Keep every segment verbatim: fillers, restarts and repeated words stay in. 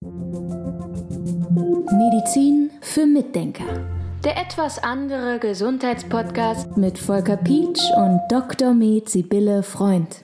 Medizin für Mitdenker. Der etwas andere Gesundheitspodcast mit Volker Pietsch und Doktor Med Sibylle Freund.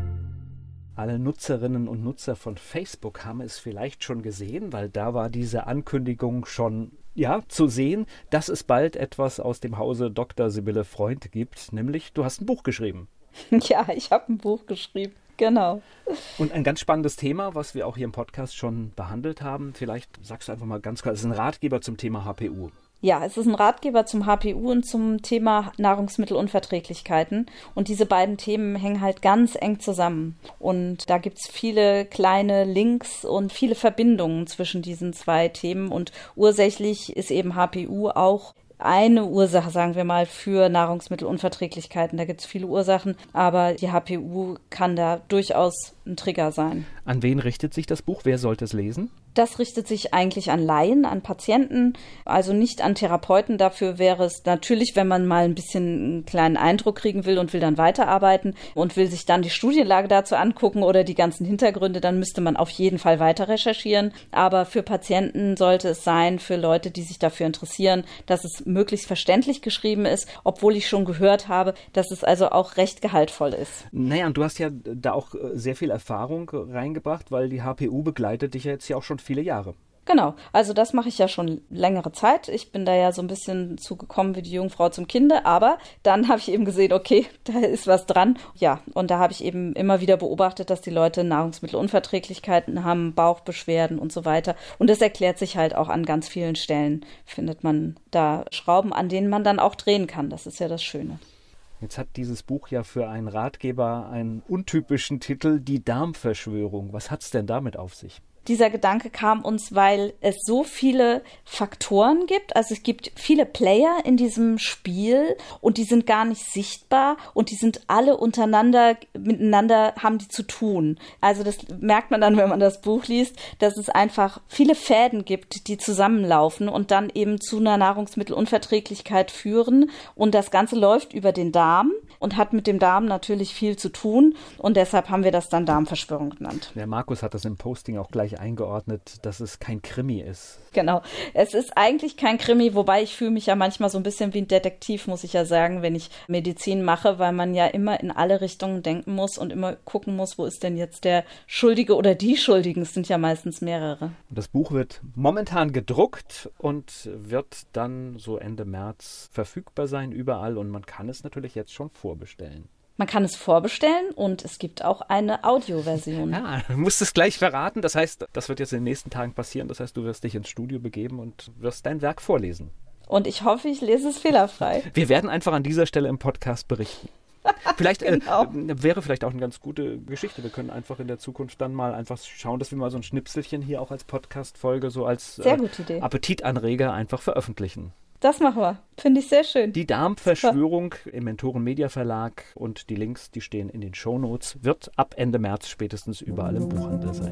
Alle Nutzerinnen und Nutzer von Facebook haben es vielleicht schon gesehen, weil da war diese Ankündigung schon ja, zu sehen, dass es bald etwas aus dem Hause Doktor Sibylle Freund gibt, nämlich du hast ein Buch geschrieben. Ja, ich habe ein Buch geschrieben, genau. Und ein ganz spannendes Thema, was wir auch hier im Podcast schon behandelt haben. Vielleicht sagst du einfach mal ganz klar, es ist ein Ratgeber zum Thema H P U. Ja, es ist ein Ratgeber zum H P U und zum Thema Nahrungsmittelunverträglichkeiten. Und diese beiden Themen hängen halt ganz eng zusammen. Und da gibt's viele kleine Links und viele Verbindungen zwischen diesen zwei Themen. Und ursächlich ist eben H P U auch eine Ursache, sagen wir mal, für Nahrungsmittelunverträglichkeiten. Da gibt's viele Ursachen, aber die H P U kann da durchaus ein Trigger sein. An wen richtet sich das Buch? Wer sollte es lesen? Das richtet sich eigentlich an Laien, an Patienten, also nicht an Therapeuten. Dafür wäre es natürlich, wenn man mal ein bisschen einen kleinen Eindruck kriegen will und will dann weiterarbeiten und will sich dann die Studienlage dazu angucken oder die ganzen Hintergründe, dann müsste man auf jeden Fall weiter recherchieren. Aber für Patienten sollte es sein, für Leute, die sich dafür interessieren, dass es möglichst verständlich geschrieben ist, obwohl ich schon gehört habe, dass es also auch recht gehaltvoll ist. Naja, und du hast ja da auch sehr viel Erfahrung reingebracht, weil die H P U begleitet dich ja jetzt ja auch schon viele Jahre. Genau, also das mache ich ja schon längere Zeit. Ich bin da ja so ein bisschen zugekommen wie die Jungfrau zum Kinde, aber dann habe ich eben gesehen, okay, da ist was dran. Ja, und da habe ich eben immer wieder beobachtet, dass die Leute Nahrungsmittelunverträglichkeiten haben, Bauchbeschwerden und so weiter. Und das erklärt sich halt auch an ganz vielen Stellen, findet man da Schrauben, an denen man dann auch drehen kann. Das ist ja das Schöne. Jetzt hat dieses Buch ja für einen Ratgeber einen untypischen Titel, die Darmverschwörung. Was hat's denn damit auf sich? Dieser Gedanke kam uns, weil es so viele Faktoren gibt. Also es gibt viele Player in diesem Spiel und die sind gar nicht sichtbar und die sind alle untereinander, miteinander haben die zu tun. Also das merkt man dann, wenn man das Buch liest, dass es einfach viele Fäden gibt, die zusammenlaufen und dann eben zu einer Nahrungsmittelunverträglichkeit führen. Und das Ganze läuft über den Darm und hat mit dem Darm natürlich viel zu tun. Und deshalb haben wir das dann Darmverschwörung genannt. Der Markus hat das im Posting auch gleich eingeordnet, dass es kein Krimi ist. Genau, es ist eigentlich kein Krimi, wobei ich fühle mich ja manchmal so ein bisschen wie ein Detektiv, muss ich ja sagen, wenn ich Medizin mache, weil man ja immer in alle Richtungen denken muss und immer gucken muss, wo ist denn jetzt der Schuldige oder die Schuldigen, es sind ja meistens mehrere. Das Buch wird momentan gedruckt und wird dann so Ende März verfügbar sein überall und man kann es natürlich jetzt schon vorbestellen. Man kann es vorbestellen und es gibt auch eine Audioversion. Ja, du musst es gleich verraten. Das heißt, das wird jetzt in den nächsten Tagen passieren. Das heißt, du wirst dich ins Studio begeben und wirst dein Werk vorlesen. Und ich hoffe, ich lese es fehlerfrei. Wir werden einfach an dieser Stelle im Podcast berichten. Vielleicht genau. äh, wäre vielleicht auch eine ganz gute Geschichte. Wir können einfach in der Zukunft dann mal einfach schauen, dass wir mal so ein Schnipselchen hier auch als Podcast-Folge so als Sehr gute Idee. Äh, Appetitanreger einfach veröffentlichen. Das machen wir. Finde ich sehr schön. Die Darmverschwörung im Mentoren Media Verlag und die Links, die stehen in den Shownotes, wird ab Ende März spätestens überall im Buchhandel sein.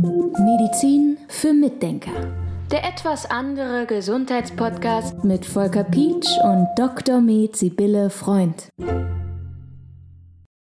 Medizin für Mitdenker. Der etwas andere Gesundheitspodcast mit Volker Pietsch und Doktor Med Sibylle Freund.